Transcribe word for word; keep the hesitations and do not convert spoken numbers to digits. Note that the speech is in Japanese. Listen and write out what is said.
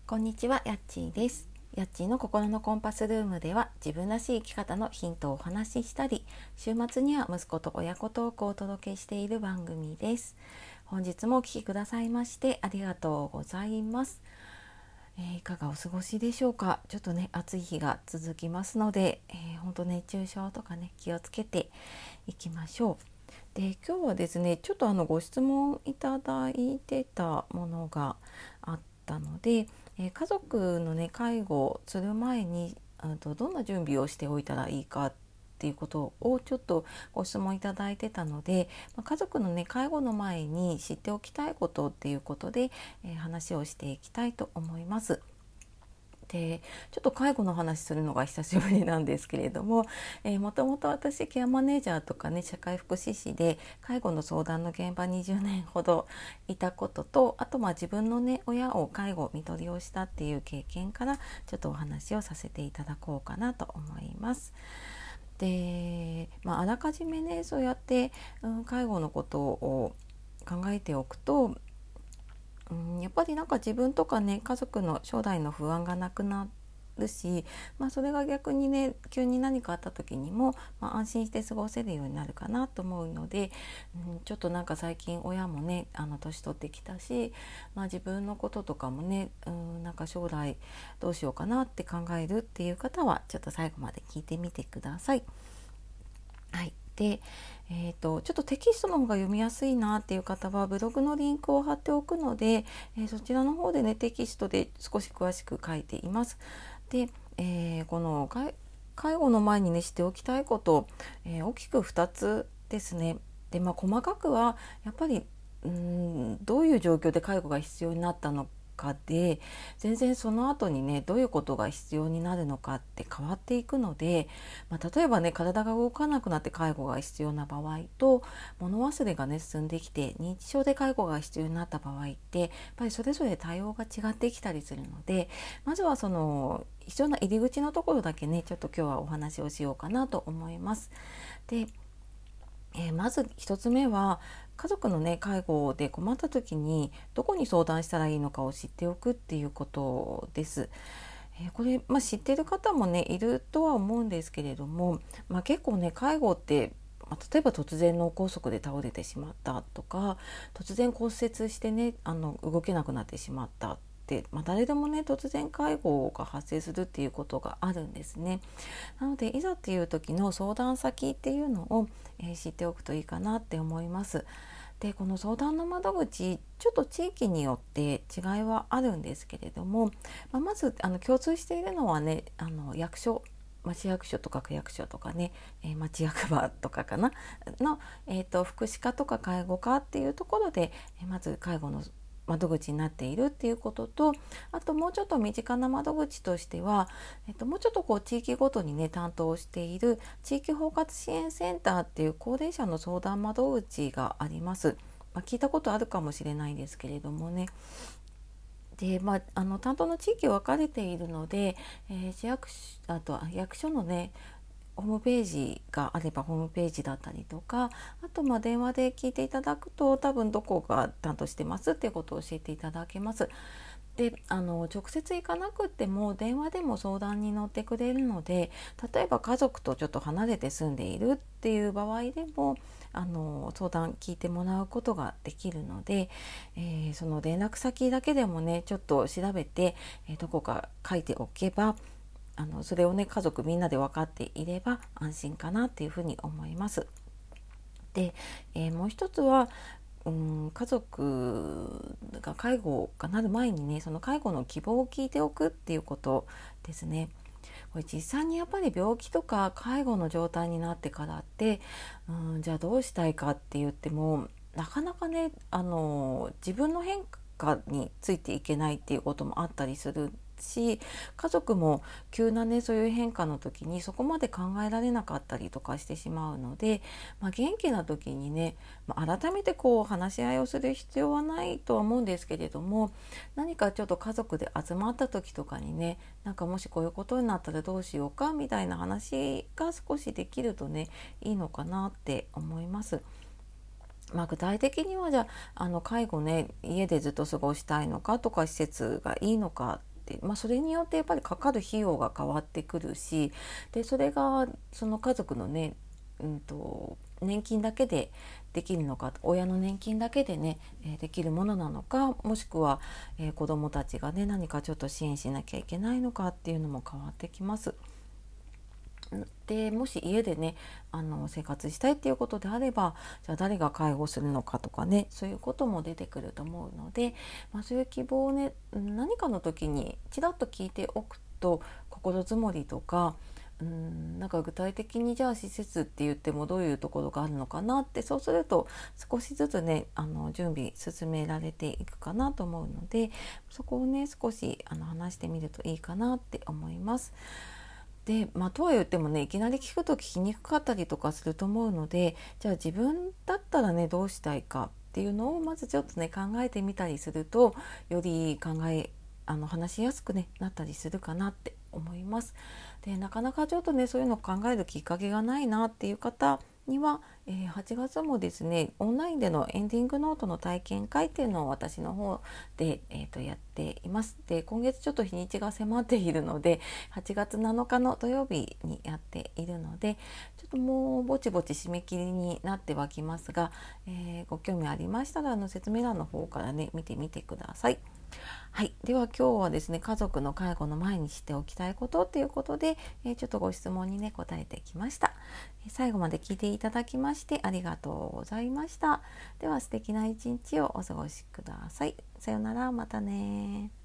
こんにちは、やっちーです。やっちーの心のコンパスルームでは、自分らしい生き方のヒントをお話ししたり、週末には息子と親子トークをお届けしている番組です。本日もお聞きくださいましてありがとうございます。えー、いかがお過ごしでしょうか。ちょっとね、暑い日が続きますので、えー、本当熱中症とかね、気をつけていきましょう。で、今日はですね、ちょっとあのご質問いただいてたものがあったので、えー、家族のね介護をする前にあとどんな準備をしておいたらいいかっていうことをちょっとご質問いただいてたので、まあ、家族のね介護の前に知っておきたいことっていうことで、えー、話をしていきたいと思います。でちょっと介護の話するのが久しぶりなんですけれども、えー、もともと私ケアマネージャーとかね社会福祉士で介護の相談の現場にじゅうねんほどいたことと、あとまあ自分のね親を介護看取りをしたっていう経験からちょっとお話をさせていただこうかなと思います。で、まあ、あらかじめねそうやって、うん、介護のことを考えておくと、うん、やっぱりなんか自分とかね家族の将来の不安がなくなるし、まあ、それが逆にね急に何かあった時にも、まあ、安心して過ごせるようになるかなと思うので、うん、ちょっとなんか最近親もねあの年取ってきたし、まあ、自分のこととかもね、うん、なんか将来どうしようかなって考えるっていう方はちょっと最後まで聞いてみてください。はい。で、えーと、ちょっとテキストの方が読みやすいなっていう方はブログのリンクを貼っておくので、えー、そちらの方でねテキストで少し詳しく書いています。で、えー、この介護の前にねしておきたいこと、えー、大きくふたつですね。で、まあ、細かくはやっぱりうーんどういう状況で介護が必要になったのかで全然その後にねどういうことが必要になるのかって変わっていくので、まあ、例えばね体が動かなくなって介護が必要な場合と物忘れがね進んできて認知症で介護が必要になった場合ってやっぱりそれぞれ対応が違ってきたりするので、まずはその必要な入り口のところだけねちょっと今日はお話をしようかなと思います。で、えー、まず一つ目は家族のね介護で困った時にどこに相談したらいいのかを知っておくっていうことです。えーこれ、まあ、知ってる方もねいるとは思うんですけれども、まあ、結構ね介護って、まあ、例えば突然脳梗塞で倒れてしまったとか突然骨折してねあの動けなくなってしまったって、まあ、誰でもね突然介護が発生するっていうことがあるんですね。なのでいざっていう時の相談先っていうのを、えー知っておくといいかなって思います。でこの相談の窓口ちょっと地域によって違いはあるんですけれども、まあ、まずあの共通しているのはねあの役所町役所とか区役所とかね、えー、町役場とかかなの、えーと、福祉課とか介護課っていうところで、えー、まず介護の窓口になっているっていうことと、あともうちょっと身近な窓口としては、えっと、もうちょっとこう地域ごとにね担当している地域包括支援センターっていう高齢者の相談窓口があります。まあ、聞いたことあるかもしれないですけれどもね。で、まあ、あの担当の地域分かれているので、えー、市役所あとは役所のねホームページがあればホームページだったりとか、あとまあ電話で聞いていただくと多分どこが担当してますっていうことを教えていただけます。であの直接行かなくっても電話でも相談に乗ってくれるので、例えば家族とちょっと離れて住んでいるっていう場合でもあの相談聞いてもらうことができるので、えー、その連絡先だけでもねちょっと調べて、えー、どこか書いておけばあのそれをね家族みんなで分かっていれば安心かなっていうふうに思います。で、えー、もう一つはうん、家族が介護がなる前にねその介護の希望を聞いておくっていうことですね。これ実際にやっぱり病気とか介護の状態になってからって、うん、じゃあどうしたいかって言ってもなかなかねあの自分の変化についていけないっていうこともあったりするし、家族も急なねそういう変化の時にそこまで考えられなかったりとかしてしまうので、まあ、元気な時にね、まあ、改めてこう話し合いをする必要はないとは思うんですけれども、何かちょっと家族で集まった時とかにねなんかもしこういうことになったらどうしようかみたいな話が少しできるとねいいのかなって思います。まあ、具体的にはじゃあ、あの介護ね家でずっと過ごしたいのかとか施設がいいのかっ 、まあ、それによってやっぱりかかる費用が変わってくるし、でそれがその家族のね、うんと年金だけでできるのか、親の年金だけでね、えー、できるものなのか、もしくは、えー、子どもたちがね何かちょっと支援しなきゃいけないのかっていうのも変わってきます。でもし家でねあの生活したいっていうことであれば、じゃあ誰が介護するのかとかね、そういうことも出てくると思うので、まあ、そういう希望をね何かの時にちらっと聞いておくと心づもりとか、うんなんか具体的にじゃあ施設って言ってもどういうところがあるのかなって、そうすると少しずつねあの準備進められていくかなと思うので、そこをね少しあの話してみるといいかなって思います。でまあ、とは言ってもねいきなり聞くと聞きにくかったりとかすると思うので、じゃあ自分だったらねどうしたいかっていうのをまずちょっとね考えてみたりすると、より考えあの話しやすく、ね、なったりするかなって思います。でなかなかちょっとねそういうのを考えるきっかけがないなっていう方には、えー、はちがつもですねオンラインでのエンディングノートの体験会っていうのを私の方で、えー、とやっています。で今月ちょっと日にちが迫っているのではちがつなのかの土曜日にやっているので、ちょっともうぼちぼち締め切りになってはきますが、えー、ご興味ありましたらあの説明欄の方からね見てみてください。はい、では今日はですね家族の介護の前にしておきたいことということで、えー、ちょっとご質問にね答えてきました。最後まで聞いていただきましてありがとうございました。では素敵な一日をお過ごしください。さようなら、またね。